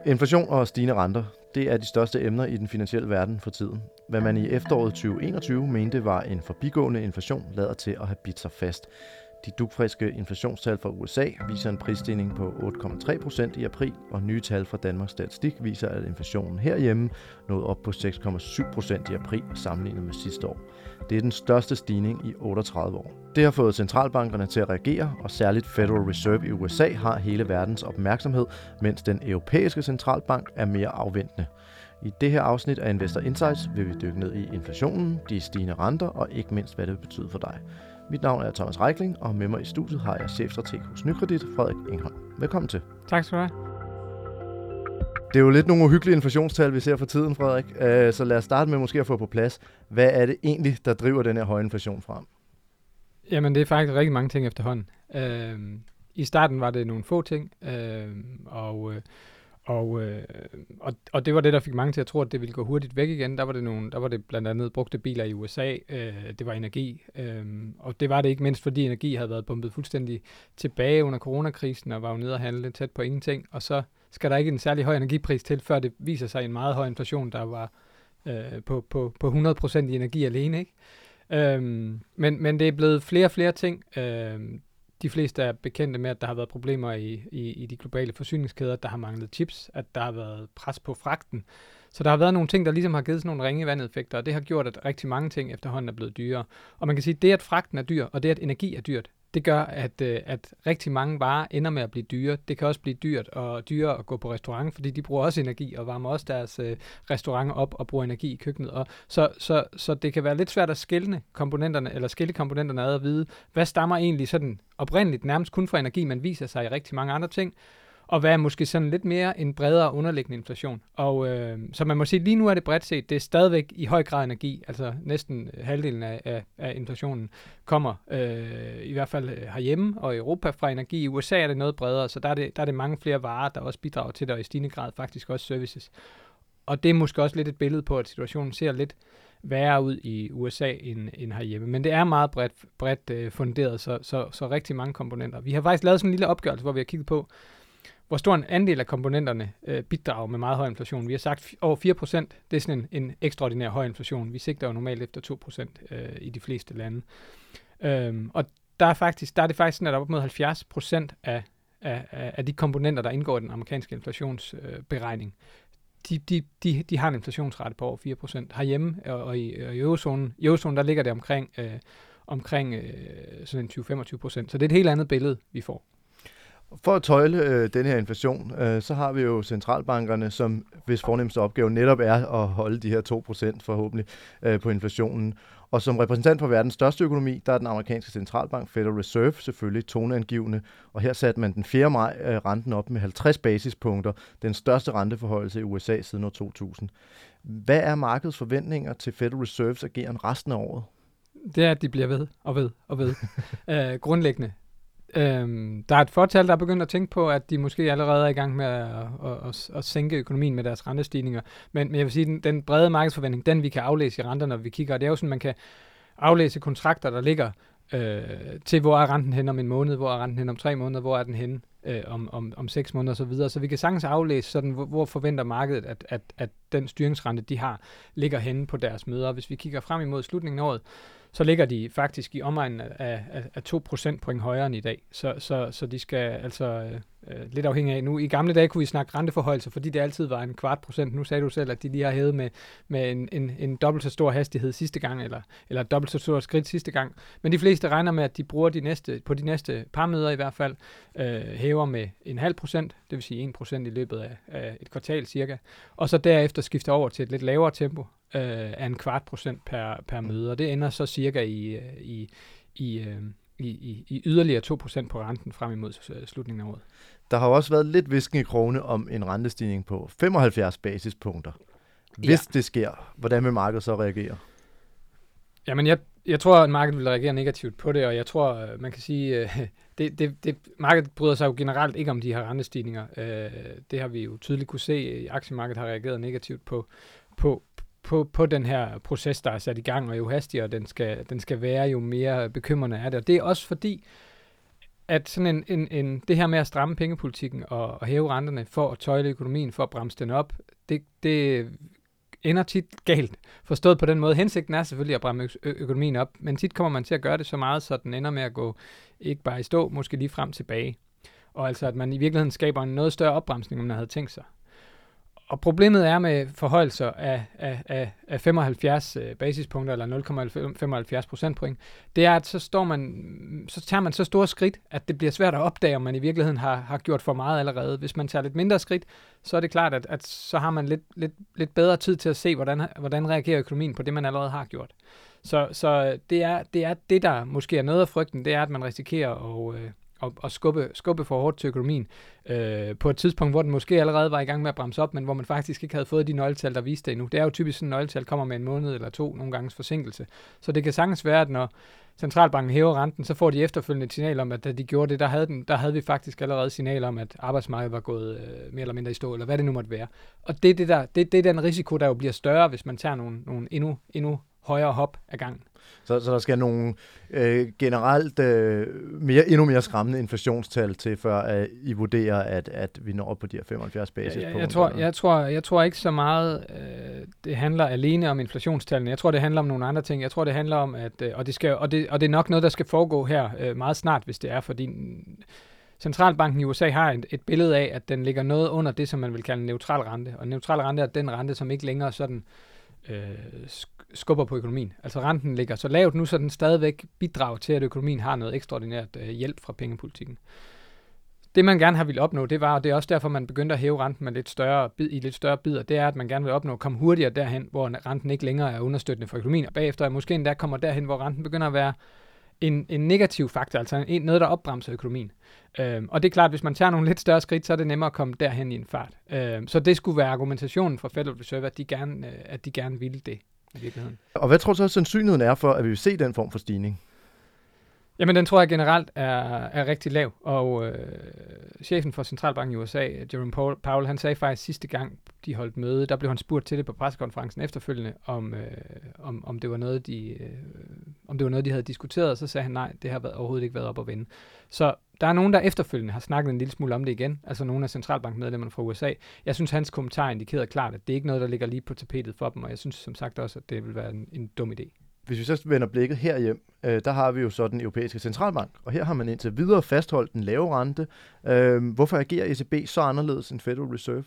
Inflation og stigende renter, det er de største emner i den finansielle verden for tiden. Hvad man i efteråret 2021 mente var en forbigående inflation, lader til at have bidt sig fast. De dugfriske inflationstal fra USA viser en prisstigning på 8,3% i april, og nye tal fra Danmarks Statistik viser, at inflationen herhjemme nåede op på 6,7% i april sammenlignet med sidste år. Det er den største stigning i 38 år. Det har fået centralbankerne til at reagere, og særligt Federal Reserve i USA har hele verdens opmærksomhed, mens den europæiske centralbank er mere afventende. I det her afsnit af Investor Insights vil vi dykke ned i inflationen, de stigende renter og ikke mindst, hvad det betyder for dig. Mit navn er Thomas Reikling, og med mig i studiet har jeg chefstrateg hos Nykredit, Frederik Engholm. Velkommen til. Tak skal du have. Det er jo lidt nogle uhyggelige inflationstal, vi ser for tiden, Frederik. Så lad os starte med måske at få på plads. Hvad er det egentlig, der driver den her høje inflation frem? Jamen, det er faktisk rigtig mange ting efterhånden. I starten var det nogle få ting, og det var det, der fik mange til at tro, at det ville gå hurtigt væk igen. Der var det blandt andet brugte biler i USA, det var energi, og det var det ikke mindst, fordi energi havde været bumpet fuldstændig tilbage under coronakrisen og var jo nede og handle tæt på ingenting, og så skal der ikke en særlig høj energipris til, før det viser sig en meget høj inflation, der var på 100% i energi alene, ikke? Men det er blevet flere og flere ting. De fleste er bekendte med, at der har været problemer i de globale forsyningskæder, der har manglet chips, at der har været pres på fragten. Så der har været nogle ting, der ligesom har givet sådan nogle ringe i vandet-effekter, og det har gjort, at rigtig mange ting efterhånden er blevet dyrere. Og man kan sige, at det, at fragten er dyr, og det, at energi er dyrt, det gør, at rigtig mange varer ender med at blive dyre. Det kan også blive dyrere at gå på restaurant, fordi de bruger også energi og varmer også deres restauranter op og bruger energi i køkkenet. Og så det kan være lidt svært at skille komponenterne ad og vide, hvad stammer egentlig sådan oprindeligt nærmest kun fra energi, men viser sig i rigtig mange andre ting. Og hvad er måske sådan lidt mere en bredere underliggende inflation. Og så man må sige, lige nu er det bredt set, det er stadigvæk i høj grad energi, altså næsten halvdelen af inflationen kommer i hvert fald herhjemme og i Europa fra energi. I USA er det noget bredere, så der er det mange flere varer, der også bidrager til det, og i stigende grad faktisk også services. Og det er måske også lidt et billede på, at situationen ser lidt værre ud i USA end herhjemme. Men det er meget bredt funderet, så rigtig mange komponenter. Vi har faktisk lavet sådan en lille opgørelse, hvor vi har kigget på, hvor stor en andel af komponenterne bidrager med meget høj inflation. Vi har sagt over 4%, det er sådan en ekstraordinær høj inflation. Vi sigter jo normalt efter 2% i de fleste lande. Og der er det faktisk sådan, at op mod 70% af de komponenter, der indgår i den amerikanske inflationsberegning, de har en inflationsrate på over 4%. Herhjemme og i eurozonen, der ligger det omkring sådan en 20-25%. Så det er et helt andet billede, vi får. For at tøjle den her inflation, så har vi jo centralbankerne, som hvis fornemmeste opgave netop er at holde de her 2% forhåbentlig på inflationen. Og som repræsentant for verdens største økonomi, der er den amerikanske centralbank Federal Reserve selvfølgelig toneangivende. Og her satte man den 4. maj renten op med 50 basispunkter, den største renteforhøjelse i USA siden år 2000. Hvad er markedets forventninger til Federal Reserves ageren resten af året? Det er, at de bliver ved og ved. Grundlæggende. Der er et fortal, der er begyndt at tænke på, at de måske allerede er i gang med at sænke økonomien med deres rentestigninger. Men jeg vil sige, den brede markedsforventning, den vi kan aflæse i renter, når vi kigger, det er jo sådan, man kan aflæse kontrakter, der ligger til, hvor er renten hen om en måned, hvor er renten hen om 3 måneder, hvor er den hen om 6 måneder osv. Så vi kan sagtens aflæse, sådan, hvor forventer markedet, at den styringsrente, de har, ligger henne på deres møder. Hvis vi kigger frem imod slutningen af året, så ligger de faktisk i omegnen af 2 procentpoint højere end i dag. Så de skal altså lidt afhængig af. Nu i gamle dage kunne vi snakke renteforhøjelser, fordi det altid var 0,25%. Nu sagde du selv, at de lige har hævet med en dobbelt så stor hastighed sidste gang, eller dobbelt så stor skridt sidste gang. Men de fleste regner med, at de bruger på de næste par møder i hvert fald, hæver med 0,5%, det vil sige 1% i løbet af et kvartal cirka. Og så derefter skifter over til et lidt lavere tempo af 0,25% per møde. Og det ender så cirka i yderligere 2% på renten frem imod slutningen af året. Der har også været lidt hvisken i krogene om en rentestigning på 75 basispunkter. Hvis det sker, hvordan vil markedet så reagere? Jamen, jeg tror, at markedet vil reagere negativt på det, og jeg tror, man kan sige, markedet bryder sig jo generelt ikke om de her rentestigninger. Det har vi jo tydeligt kunne se. Aktiemarkedet har reageret negativt på den her proces, der er sat i gang, og jo hastigere den skal være, jo mere bekymrende er det. Og det er også fordi, at sådan det her med at stramme pengepolitikken og hæve renterne for at tøjle økonomien, for at bremse den op, det ender tit galt. Forstået på den måde. Hensigten er selvfølgelig at bremse økonomien op, men tit kommer man til at gøre det så meget, så den ender med at gå ikke bare i stå, måske lige frem tilbage. Og altså, at man i virkeligheden skaber en noget større opbremsning, end man havde tænkt sig. Og problemet er med forhøjelser af 75 basispunkter eller 0,75 procentpoint, det er, at så tager man så store skridt, at det bliver svært at opdage, om man i virkeligheden har gjort for meget allerede. Hvis man tager lidt mindre skridt, så er det klart, at så har man lidt bedre tid til at se, hvordan reagerer økonomien på det, man allerede har gjort. Så det er det, der måske er noget af frygten, det er, at man risikerer at skubbe for hårdt til økonomien på et tidspunkt, hvor den måske allerede var i gang med at bremse op, men hvor man faktisk ikke havde fået de nøgletal, der viste det endnu. Det er jo typisk sådan, at nøgletal kommer med en måned eller to, nogle gange forsinkelse. Så det kan sagtens være, at når centralbanken hæver renten, så får de efterfølgende et signal om, at da de gjorde det, der havde vi faktisk allerede signal om, at arbejdsmarkedet var gået mere eller mindre i stå, eller hvad det nu måtte være. Og det er den risiko, der jo bliver større, hvis man tager nogle endnu højere hop ad gangen. Så der skal nogle generelt endnu mere skræmmende inflationstal til, før at I vurderer, at vi når op på de her 75 basispunkter? Jeg tror ikke så meget, det handler alene om inflationstallene. Jeg tror, det handler om nogle andre ting. Jeg tror, det handler om, at og det er nok noget, der skal foregå her meget snart, hvis det er, fordi centralbanken i USA har et billede af, at den ligger noget under det, som man vil kalde en neutral rente. Og en neutral rente er den rente, som ikke længere sådan skubber på økonomien. Altså renten ligger så lavt nu, så den stadigvæk bidrager til, at økonomien har noget ekstraordinært hjælp fra pengepolitikken. Det man gerne har ville opnå, det er også derfor, man begyndte at hæve renten med lidt større bidder, det er, at man gerne vil opnå at komme hurtigere derhen, hvor renten ikke længere er understøttende for økonomien, og bagefter måske endda kommer derhen, hvor renten begynder at være en negativ faktor, altså noget, der opbremser økonomien. Og det er klart, at hvis man tager nogle lidt større skridt, så er det nemmere at komme derhen i en fart. Så det skulle være argumentationen fra Federal Reserve, at de gerne ville det i virkeligheden. Og hvad tror du så, sandsynligheden er for, at vi vil se den form for stigning? Jamen, den tror jeg generelt er rigtig lav, og chefen for centralbanken i USA, Jerome Powell, han sagde faktisk sidste gang, de holdt møde, der blev han spurgt til det på pressekonferencen efterfølgende, om det var noget, de havde diskuteret, og så sagde han, nej, det har overhovedet ikke været op at vende. Så der er nogen, der efterfølgende har snakket en lille smule om det igen, altså nogle af centralbankmedlemmerne fra USA. Jeg synes, hans kommentar indikerede klart, at det er ikke noget, der ligger lige på tapetet for dem, og jeg synes som sagt også, at det vil være en dum idé. Hvis vi så vender blikket herhjem, der har vi jo så den europæiske centralbank, og her har man indtil videre fastholdt den lave rente. Hvorfor agerer ECB så anderledes end Federal Reserve?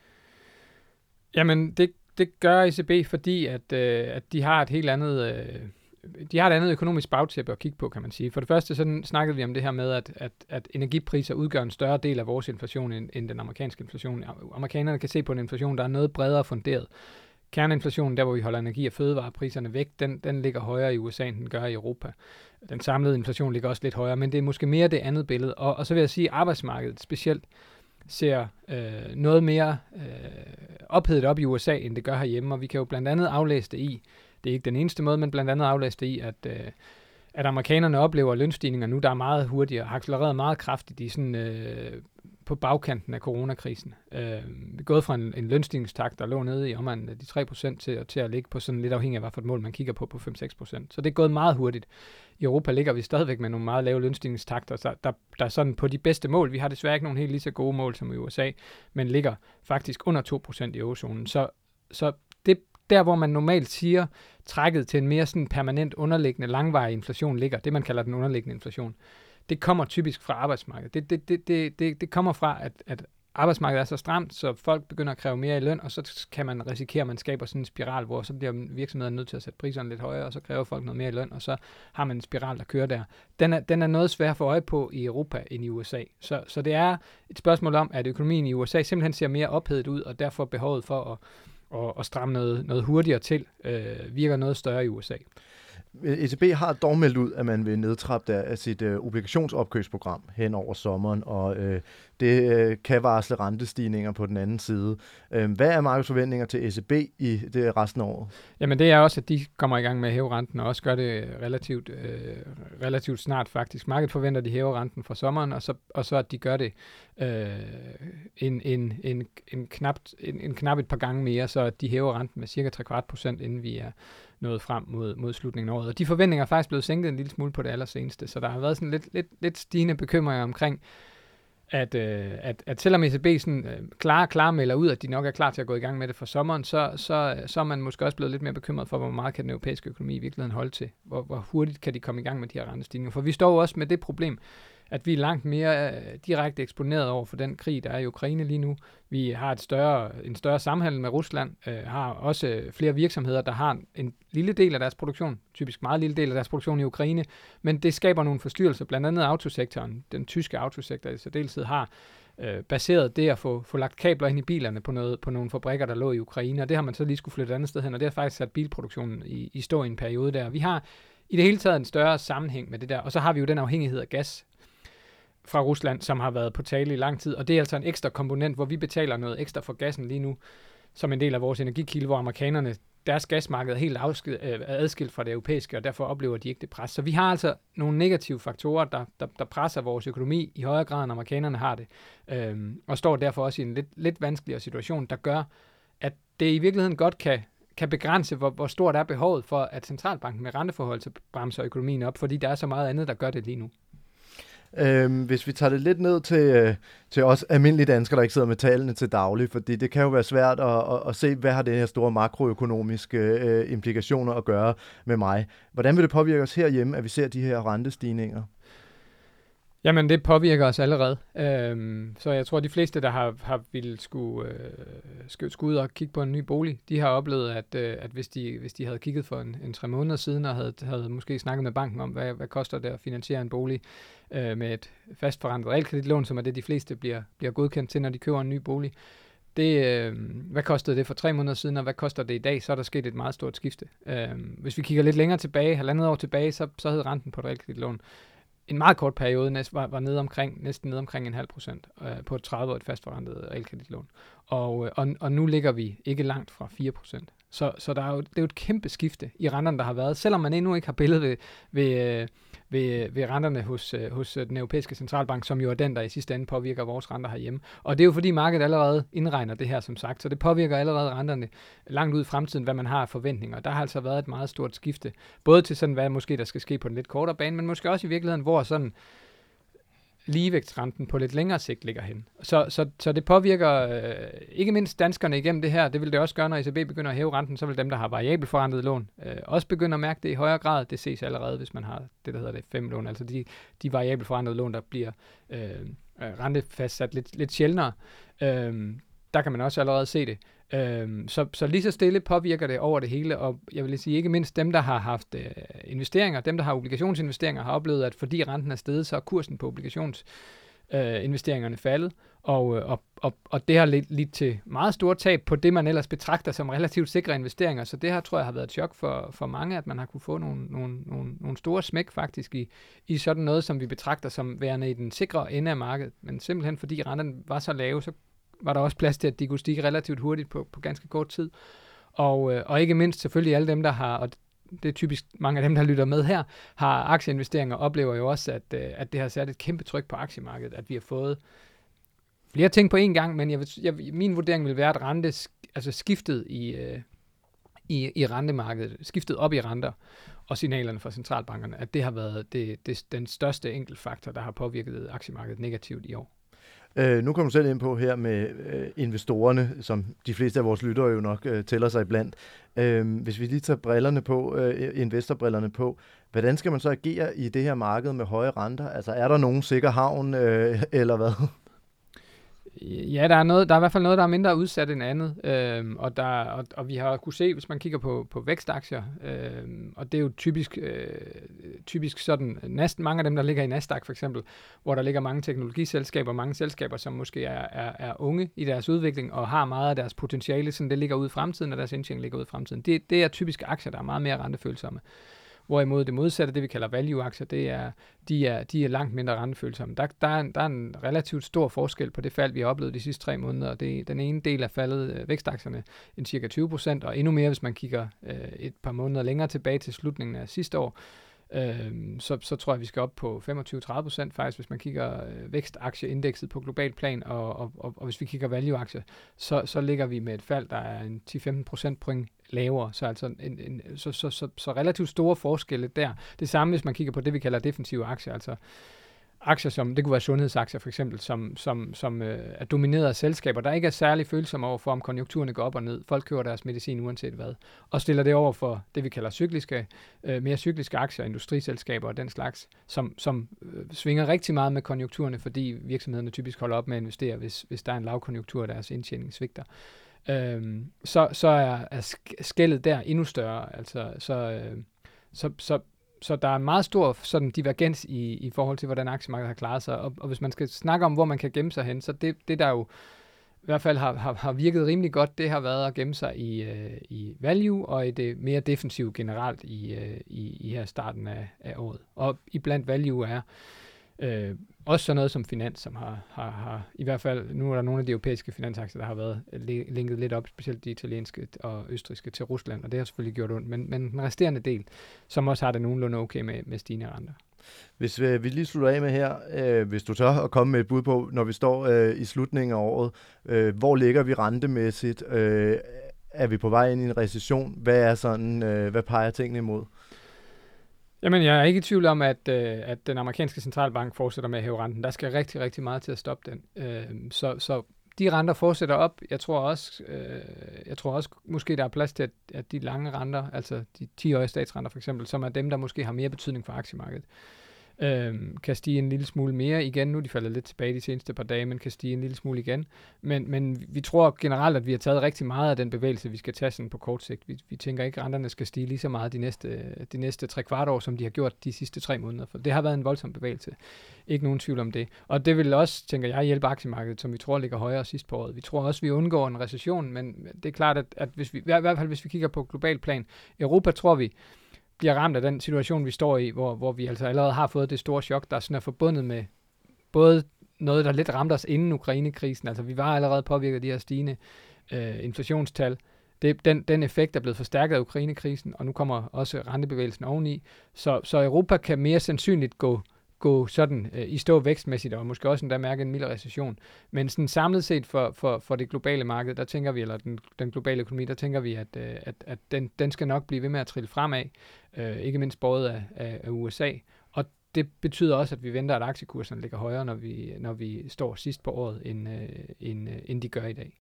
Jamen, det gør ECB, fordi at de har et helt andet... De har et andet økonomisk bagtæppe at kigge på, kan man sige. For det første så snakkede vi om det her med, at energipriser udgør en større del af vores inflation end den amerikanske inflation. Amerikanerne kan se på en inflation, der er noget bredere funderet. Kerneinflationen, der hvor vi holder energi- og fødevarepriserne væk, den ligger højere i USA, end den gør i Europa. Den samlede inflation ligger også lidt højere, men det er måske mere det andet billede. Og så vil jeg sige, at arbejdsmarkedet specielt ser noget mere ophedet op i USA, end det gør herhjemme, og vi kan jo blandt andet aflæse det i, det er ikke den eneste måde, men blandt andet aflæse det i, at amerikanerne oplever lønstigninger nu, der er meget hurtigere, har accelereret meget kraftigt i sådan, på bagkanten af coronakrisen. Vi er gået fra en lønstigningstakt, der lå nede i omegnen af de 3% til at ligge på sådan lidt afhængig af, hvad for et mål man kigger på 5-6%. Så det er gået meget hurtigt. I Europa ligger vi stadigvæk med nogle meget lave lønstigningstakter, der er sådan på de bedste mål. Vi har desværre ikke nogen helt lige så gode mål som i USA, men ligger faktisk under 2% i eurozonen. Så det der, hvor man normalt siger, trækket til en mere sådan permanent underliggende langvarig inflation ligger, det man kalder den underliggende inflation, det kommer typisk fra arbejdsmarkedet. Det kommer fra, at arbejdsmarkedet er så stramt, så folk begynder at kræve mere i løn, og så kan man risikere, at man skaber sådan en spiral, hvor så bliver virksomheden nødt til at sætte priserne lidt højere, og så kræver folk noget mere i løn, og så har man en spiral, der kører der. Den er noget svær at få øje på i Europa end i USA. Så det er et spørgsmål om, at økonomien i USA simpelthen ser mere ophedet ud, og derfor behovet for at stramme noget hurtigere til, virker noget større i USA. ECB har dog meldt ud, at man vil nedtrappe af sit obligationsopkøbsprogram hen over sommeren, og det kan varsle rentestigninger på den anden side. Hvad er markedsforventninger til ECB i det resten af året? Jamen det er også, at de kommer i gang med at hæve renten, og også gør det relativt snart faktisk. Markedet forventer, at de hæver renten fra sommeren, og så at de gør det knap et par gange mere, så de hæver renten med cirka 3/4%, inden vi er nået frem mod slutningen af året. Og de forventninger er faktisk blevet sænket en lille smule på det allerseneste, så der har været sådan lidt stigende bekymringer omkring, at selvom ECB sådan klar melder ud, at de nok er klar til at gå i gang med det for sommeren, så er man måske også blevet lidt mere bekymret for, hvor meget kan den europæiske økonomi i virkeligheden holde til. Hvor hurtigt kan de komme i gang med de her rentestigninger. For vi står jo også med det problem, at vi er langt mere direkte eksponeret over for den krig, der er i Ukraine lige nu. Vi har en større samhandel med Rusland, har også flere virksomheder, der har en lille del af deres produktion, typisk meget lille del af deres produktion i Ukraine, men det skaber nogle forstyrrelser, blandt andet autosektoren, den tyske autosektor i særdeleshed har baseret det at få lagt kabler ind i bilerne på nogle fabrikker, der lå i Ukraine, og det har man så lige skulle flytte et andet sted hen, og det har faktisk sat bilproduktionen i stå i en periode der. Vi har i det hele taget en større sammenhæng med det der, og så har vi jo den afhængighed af gas fra Rusland, som har været på tale i lang tid, og det er altså en ekstra komponent, hvor vi betaler noget ekstra for gassen lige nu, som en del af vores energikilde, hvor amerikanerne, deres gasmarked er helt adskilt fra det europæiske, og derfor oplever de ikke det pres. Så vi har altså nogle negative faktorer, der presser vores økonomi i højere grad, end amerikanerne har det, og står derfor også i en lidt vanskeligere situation, der gør, at det i virkeligheden godt kan begrænse, hvor stort er behovet for, at centralbanken med renteforhold bremser økonomien op, fordi der er så meget andet, der gør det lige nu. Hvis vi tager det lidt ned til os almindelige danskere, der ikke sidder med tallene til daglig, fordi det kan jo være svært at se, hvad har det her store makroøkonomiske implikationer at gøre med mig. Hvordan vil det påvirke os herhjemme, at vi ser de her rentestigninger? Jamen, det påvirker os allerede. Så jeg tror, de fleste, der har ville skulle ud og kigge på en ny bolig, de har oplevet, at hvis de havde kigget for en 3 måneder siden, og havde måske snakket med banken om, hvad koster det at finansiere en bolig med et fastforrentet realkreditlån, som er det, de fleste bliver godkendt til, når de køber en ny bolig. Hvad kostede det for 3 måneder siden, og hvad koster det i dag, så er der sket et meget stort skifte. Hvis vi kigger lidt længere tilbage, 1,5 år tilbage, så hed renten på et realkreditlån en meget kort periode var næsten nede omkring 0,5% på et 30-årigt fastforrentet realkreditlån. Og nu ligger vi ikke langt fra 4%. Så det er jo et kæmpe skifte i renterne, der har været, selvom man endnu ikke har billede ved renterne hos den europæiske centralbank, som jo er den, der i sidste ende påvirker vores renter herhjemme. Og det er jo fordi markedet allerede indregner det her, som sagt, så det påvirker allerede renterne langt ud i fremtiden, hvad man har af forventninger. Der har altså været et meget stort skifte, både til sådan, hvad måske der skal ske på den lidt kortere bane, men måske også i virkeligheden, hvor sådan ligevægtsrenten på lidt længere sigt ligger hen. Så det påvirker ikke mindst danskerne igennem det her. Det vil det også gøre, når ECB begynder at hæve renten, så vil dem, der har variabelforrentet lån, også begynde at mærke det i højere grad. Det ses allerede, hvis man har det, der hedder det 5 lån, altså de variabelforrentede lån, der bliver rentefastsat lidt sjældnere. Der kan man også allerede se det. Så lige så stille påvirker det over det hele, og jeg vil sige ikke mindst dem, der har haft investeringer, dem, der har obligationsinvesteringer, har oplevet, at fordi renten er steget, så er kursen på obligationsinvesteringerne faldet, og det har ledt til meget store tab på det, man ellers betragter som relativt sikre investeringer, så det her tror jeg har været et chok for mange, at man har kunne få nogle store smæk faktisk i sådan noget, som vi betragter som værende i den sikre ende af markedet, men simpelthen fordi renterne var så lave, så var der også plads til, at de kunne stige relativt hurtigt på ganske kort tid. Og ikke mindst selvfølgelig alle dem, der har, og det er typisk mange af dem, der lytter med her, har aktieinvesteringer, oplever jo også, at det har sat et kæmpe tryk på aktiemarkedet, at vi har fået flere ting på én gang, men min vurdering vil være, at skiftet i rentemarkedet, skiftet op i renter og signalerne fra centralbankerne, at det har været den største enkeltfaktor, der har påvirket aktiemarkedet negativt i år. Nu kommer du selv ind på her med investorerne, som de fleste af vores lyttere jo nok tæller sig iblandt. Hvis vi lige tager brillerne på, investorbrillerne på, hvordan skal man så agere i det her marked med høje renter? Altså er der nogen sikker havn, eller hvad? Ja, der er i hvert fald noget, der er mindre udsat end andet, og vi har kunne se, hvis man kigger på vækstaktier, og det er jo typisk sådan, næsten mange af dem, der ligger i Nasdaq for eksempel, hvor der ligger mange teknologiselskaber, mange selskaber, som måske er unge i deres udvikling, og har meget af deres potentiale, sådan det ligger ud i fremtiden, og deres indtjening ligger ud i fremtiden. Det er typiske aktier, der er meget mere rentefølsomme. Hvorimod det modsatte, det vi kalder value-aktier, de er langt mindre rentefølsomme. Der er en relativt stor forskel på det fald, vi har oplevet de sidste 3 måneder. Den ene del er faldet vækstaktierne en cirka 20%, og endnu mere, hvis man kigger et par måneder længere tilbage til slutningen af sidste år. så tror jeg, vi skal op på 25-30% faktisk, hvis man kigger vækstaktieindekset på global plan, og hvis vi kigger value-aktier, så ligger vi med et fald, der er en 10-15% point lavere, så altså så relativt store forskelle der. Det samme, hvis man kigger på det, vi kalder defensive aktier, altså aktier som, det kunne være sundhedsaktier for eksempel, som er domineret af selskaber, der ikke er særlig følsomme over for, om konjunkturerne går op og ned. Folk køber deres medicin uanset hvad. Og stiller det over for det, vi kalder mere cykliske aktier, industriselskaber og den slags, som svinger rigtig meget med konjunkturerne, fordi virksomhederne typisk holder op med at investere, hvis der er en lavkonjunktur, og deres indtjening svigter. Så er skellet der endnu større. Altså, så der er en meget stor sådan divergens i forhold til, hvordan aktiemarkedet har klaret sig. Og hvis man skal snakke om, hvor man kan gemme sig hen, så det der jo i hvert fald har virket rimelig godt, det har været at gemme sig i value og i det mere defensive generelt i her starten af året. Og iblandt value er også sådan noget som finans, som har i hvert fald, nu er der nogle af de europæiske finansaktier, der har været linket lidt op, specielt de italienske og østrigske til Rusland, og det har selvfølgelig gjort ondt, men den resterende del, som også har det nogenlunde okay med stigende renter. Hvis vi lige slutter af med her, hvis du tør at komme med et bud på, når vi står i slutningen af året, hvor ligger vi rentemæssigt? Er vi på vej ind i en recession? Hvad peger tingene imod? Jamen, jeg er ikke i tvivl om, at den amerikanske centralbank fortsætter med at hæve renten. Der skal rigtig, rigtig meget til at stoppe den. Så de renter fortsætter op. Jeg tror også måske der er plads til, at de lange renter, altså de 10-årige statsrenter for eksempel, som er dem, der måske har mere betydning for aktiemarkedet, kan stige en lille smule mere igen. Nu er de faldet lidt tilbage de seneste par dage, men kan stige en lille smule igen. Men vi tror generelt, at vi har taget rigtig meget af den bevægelse, vi skal tage sådan på kort sigt. Vi tænker ikke, at renterne skal stige lige så meget de næste 3/4 år, som de har gjort de sidste 3 måneder. For det har været en voldsom bevægelse. Ikke nogen tvivl om det. Og det vil også, tænker jeg, hjælpe aktiemarkedet, som vi tror ligger højere sidst på året. Vi tror også, vi undgår en recession, men det er klart, at hvis vi, i hvert fald hvis vi kigger på global plan, Europa tror vi bliver ramt af den situation, vi står i, hvor vi altså allerede har fået det store chok, der sådan er forbundet med både noget, der lidt ramte os inden Ukraine-krisen. Altså vi var allerede påvirket af de her stigende inflationstal. Den effekt er blevet forstærket af Ukraine-krisen, og nu kommer også rentebevægelsen oveni. Så Europa kan mere sandsynligt gå sådan i stå vækstmæssigt, og måske også endda mærke en mild recession. Men sådan samlet set for det globale marked, der tænker vi, eller den globale økonomi, der tænker vi, at den skal nok blive ved med at trille fremad, ikke mindst båret af USA. Og det betyder også, at vi venter, at aktiekurserne ligger højere, når vi står sidst på året, end de gør i dag.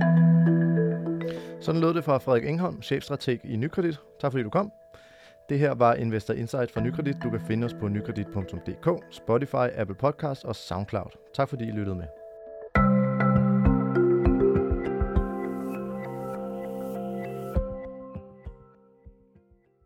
Sådan lød det fra Frederik Engholm, chefstrateg i Nykredit. Tak fordi du kom. Det her var Investor Insight fra Nykredit. Du kan finde os på nykredit.dk, Spotify, Apple Podcast og SoundCloud. Tak fordi I lyttede med.